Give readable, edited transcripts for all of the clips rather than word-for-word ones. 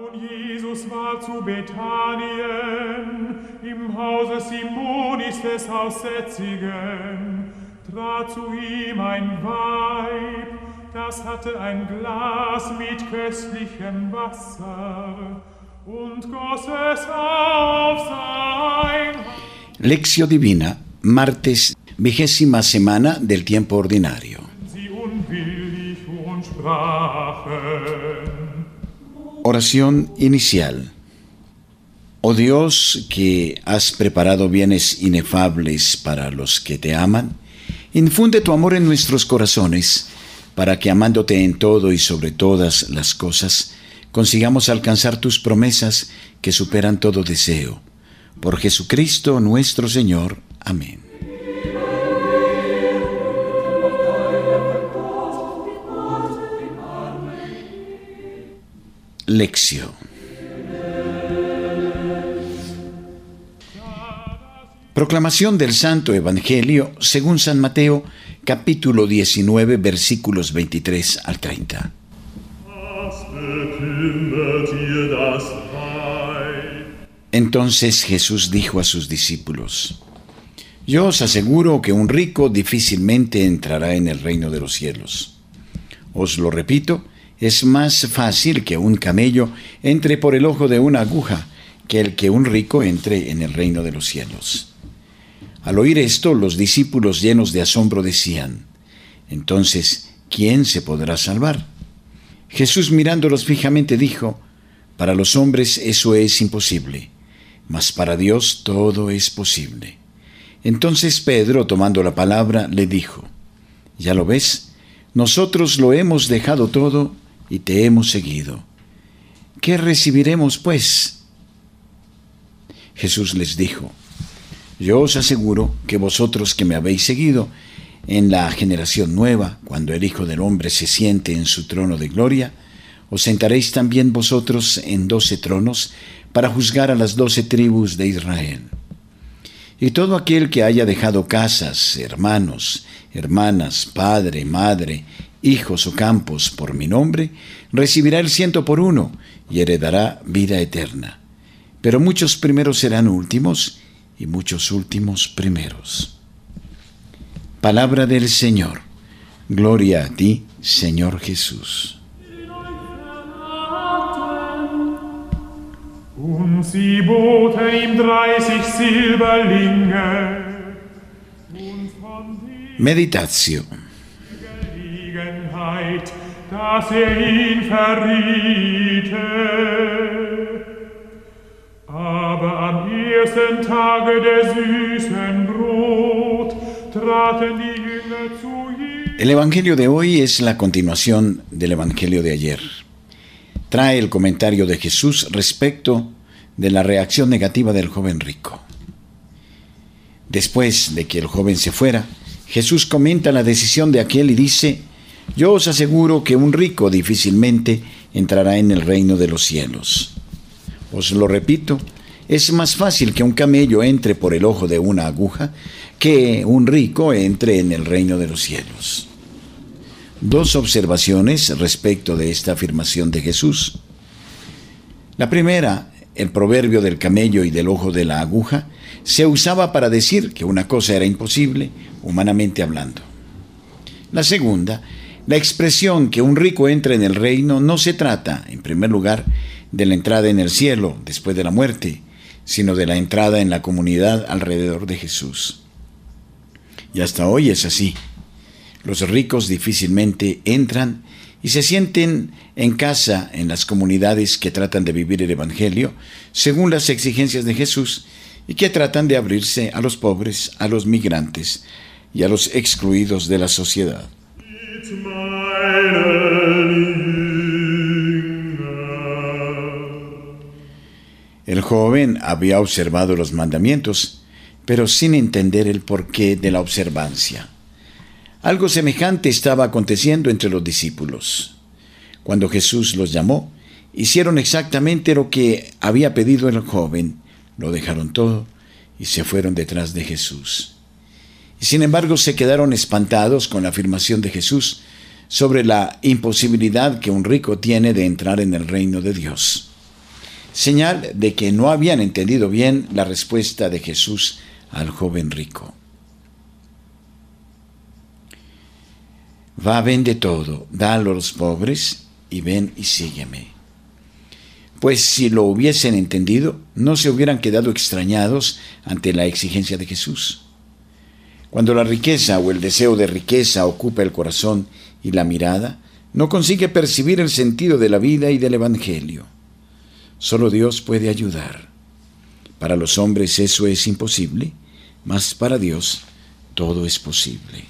Jesus war zu Bethanien, im Hause Simonis des Aussätzigen, trat zu ihm ein Weib, das hatte ein Glas mit köstlichem Wasser und goss es auf sein Haupt. Lección Divina, martes, 20ª semana del tiempo ordinario. Sie unwillig und sprachen. Oración inicial. Oh Dios, que has preparado bienes inefables para los que te aman, infunde tu amor en nuestros corazones, para que amándote en todo y sobre todas las cosas, consigamos alcanzar tus promesas que superan todo deseo. Por Jesucristo nuestro Señor. Amén. Lección. Proclamación del Santo Evangelio según San Mateo, capítulo 19, versículos 23 al 30. Entonces Jesús dijo a sus discípulos: Yo os aseguro que un rico difícilmente entrará en el reino de los cielos. Os lo repito, es más fácil que un camello entre por el ojo de una aguja que el que un rico entre en el reino de los cielos. Al oír esto, los discípulos llenos de asombro decían: Entonces, ¿quién se podrá salvar? Jesús mirándolos fijamente dijo: Para los hombres eso es imposible, mas para Dios todo es posible. Entonces Pedro, tomando la palabra, le dijo: ¿Ya lo ves? Nosotros lo hemos dejado todo y te hemos seguido. ¿Qué recibiremos, pues? Jesús les dijo: Yo os aseguro que vosotros que me habéis seguido, en la generación nueva, cuando el Hijo del Hombre se siente en su trono de gloria, os sentaréis también vosotros en 12 tronos para juzgar a las 12 tribus de Israel. Y todo aquel que haya dejado casas, hermanos, hermanas, padre, madre, hijos o campos por mi nombre, recibirá el 100 por 1 y heredará vida eterna. Pero muchos primeros serán últimos y muchos últimos primeros. Palabra del Señor. Gloria a ti, Señor Jesús. Und sie boten ihm 30 Silberlinge. Und von Meditatio. Gelegenheit, dass ihn verriete. Aber am ersten Tage der süßen Brot traten die Jünger zu ihm. El Evangelio de hoy es la continuación del Evangelio de ayer. Trae el comentario de Jesús respecto de la reacción negativa del joven rico. Después de que el joven se fuera, Jesús comenta la decisión de aquel y dice: Yo os aseguro que un rico difícilmente entrará en el reino de los cielos. Os lo repito, es más fácil que un camello entre por el ojo de una aguja que un rico entre en el reino de los cielos. Dos observaciones respecto de esta afirmación de Jesús. La primera, el proverbio del camello y del ojo de la aguja se usaba para decir que una cosa era imposible, humanamente hablando. La segunda, la expresión que un rico entra en el reino no se trata, en primer lugar, de la entrada en el cielo después de la muerte, sino de la entrada en la comunidad alrededor de Jesús. Y hasta hoy es así. Los ricos difícilmente entran y se sienten en casa en las comunidades que tratan de vivir el Evangelio según las exigencias de Jesús y que tratan de abrirse a los pobres, a los migrantes y a los excluidos de la sociedad. El joven había observado los mandamientos, pero sin entender el porqué de la observancia. Algo semejante estaba aconteciendo entre los discípulos. Cuando Jesús los llamó, hicieron exactamente lo que había pedido el joven, lo dejaron todo y se fueron detrás de Jesús. Y sin embargo se quedaron espantados con la afirmación de Jesús sobre la imposibilidad que un rico tiene de entrar en el reino de Dios. señal de que no habían entendido bien la respuesta de Jesús al joven rico. Va, vende todo, dalo a los pobres y ven y sígueme. Pues si lo hubiesen entendido, no se hubieran quedado extrañados ante la exigencia de Jesús. Cuando la riqueza o el deseo de riqueza ocupa el corazón y la mirada, no consigue percibir el sentido de la vida y del Evangelio. Solo Dios puede ayudar. Para los hombres eso es imposible, mas para Dios todo es posible.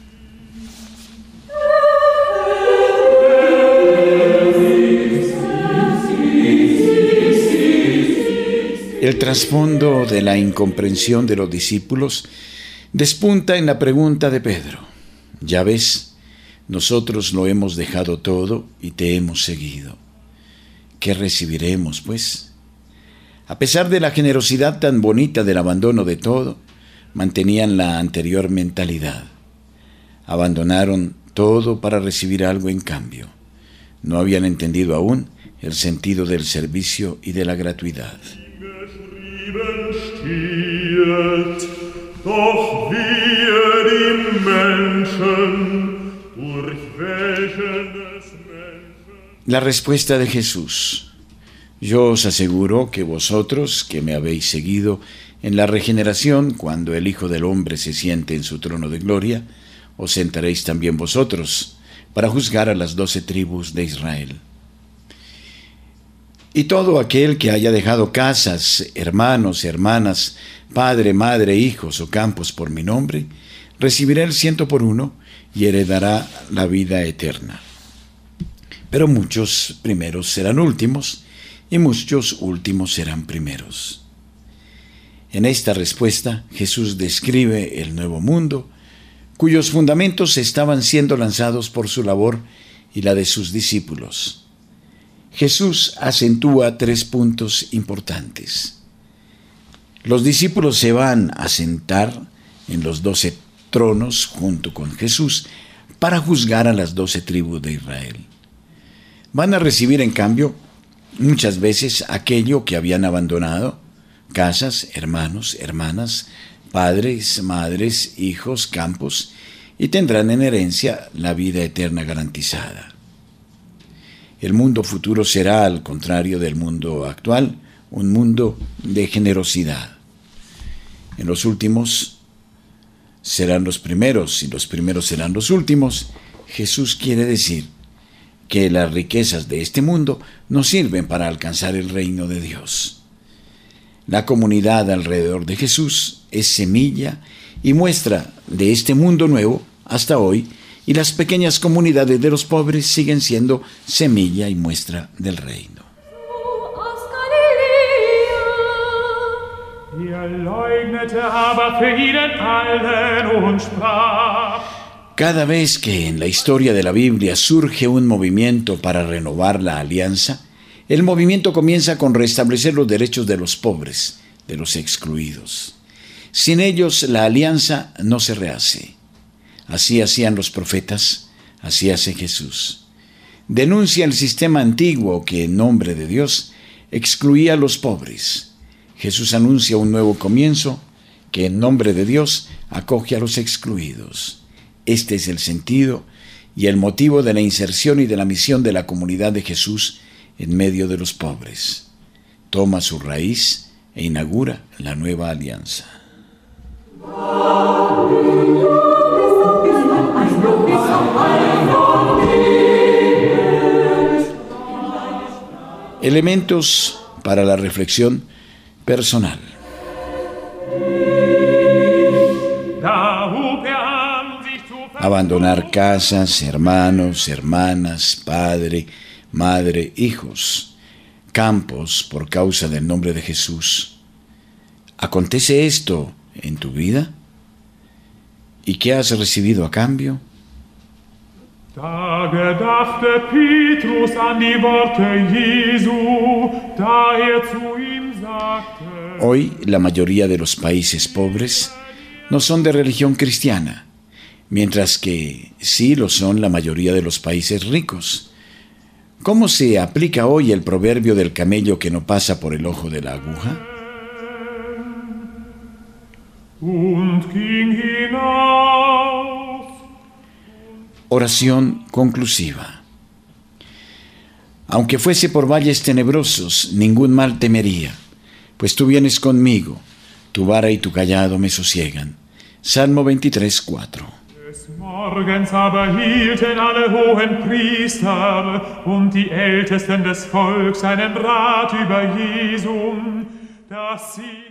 El trasfondo de la incomprensión de los discípulos despunta en la pregunta de Pedro. Ya ves, nosotros lo hemos dejado todo y te hemos seguido. ¿Qué recibiremos, pues? A pesar de la generosidad tan bonita del abandono de todo, mantenían la anterior mentalidad. Abandonaron todo para recibir algo en cambio. No habían entendido aún el sentido del servicio y de la gratuidad. La respuesta de Jesús: yo os aseguro que vosotros que me habéis seguido en la regeneración, cuando el Hijo del Hombre se siente en su trono de gloria, os sentaréis también vosotros para juzgar a las 12 tribus de Israel. Y todo aquel que haya dejado casas, hermanos, hermanas, padre, madre, hijos o campos por mi nombre, recibirá el 100 por 1 y heredará la vida eterna. Pero muchos primeros serán últimos y muchos últimos serán primeros. En esta respuesta, Jesús describe el nuevo mundo, cuyos fundamentos estaban siendo lanzados por su labor y la de sus discípulos. Jesús acentúa 3 puntos importantes. Los discípulos se van a sentar en los 12 tronos junto con Jesús para juzgar a las 12 tribus de Israel. Van a recibir, en cambio, muchas veces aquello que habían abandonado: casas, hermanos, hermanas, padres, madres, hijos, campos, y tendrán en herencia la vida eterna garantizada. El mundo futuro será, al contrario del mundo actual, un mundo de generosidad. En los últimos serán los primeros y los primeros serán los últimos. Jesús quiere decir que las riquezas de este mundo no sirven para alcanzar el reino de Dios. La comunidad alrededor de Jesús es semilla y muestra de este mundo nuevo hasta hoy, y las pequeñas comunidades de los pobres siguen siendo semilla y muestra del reino. Cada vez que en la historia de la Biblia surge un movimiento para renovar la alianza, el movimiento comienza con restablecer los derechos de los pobres, de los excluidos. Sin ellos, la alianza no se rehace. Así hacían los profetas, así hace Jesús. Denuncia el sistema antiguo que, en nombre de Dios, excluía a los pobres. Jesús anuncia un nuevo comienzo que, en nombre de Dios, acoge a los excluidos. Este es el sentido y el motivo de la inserción y de la misión de la comunidad de Jesús en medio de los pobres. Toma su raíz e inaugura la nueva alianza. Elementos para la reflexión personal. Abandonar casas, hermanos, hermanas, padre, madre, hijos, campos por causa del nombre de Jesús. ¿Acontece esto en tu vida? ¿Y qué has recibido a cambio? Da gedachte Petrus an die Worte Jesu, da zu ihm sagte: Hoy la mayoría de los países pobres no son de religión cristiana, mientras que sí lo son la mayoría de los países ricos, ¿Cómo se aplica hoy el proverbio del camello que no pasa por el ojo de la aguja? Und ging hinaus. Oración conclusiva. Aunque fuese por valles tenebrosos, ningún mal temería, pues tú vienes conmigo, tu vara y tu cayado me sosiegan. Salmo 23, 4. Des Morgens aber hielten alle hohen Priester und die Ältesten des Volks einen Rat über Jesum, dass sie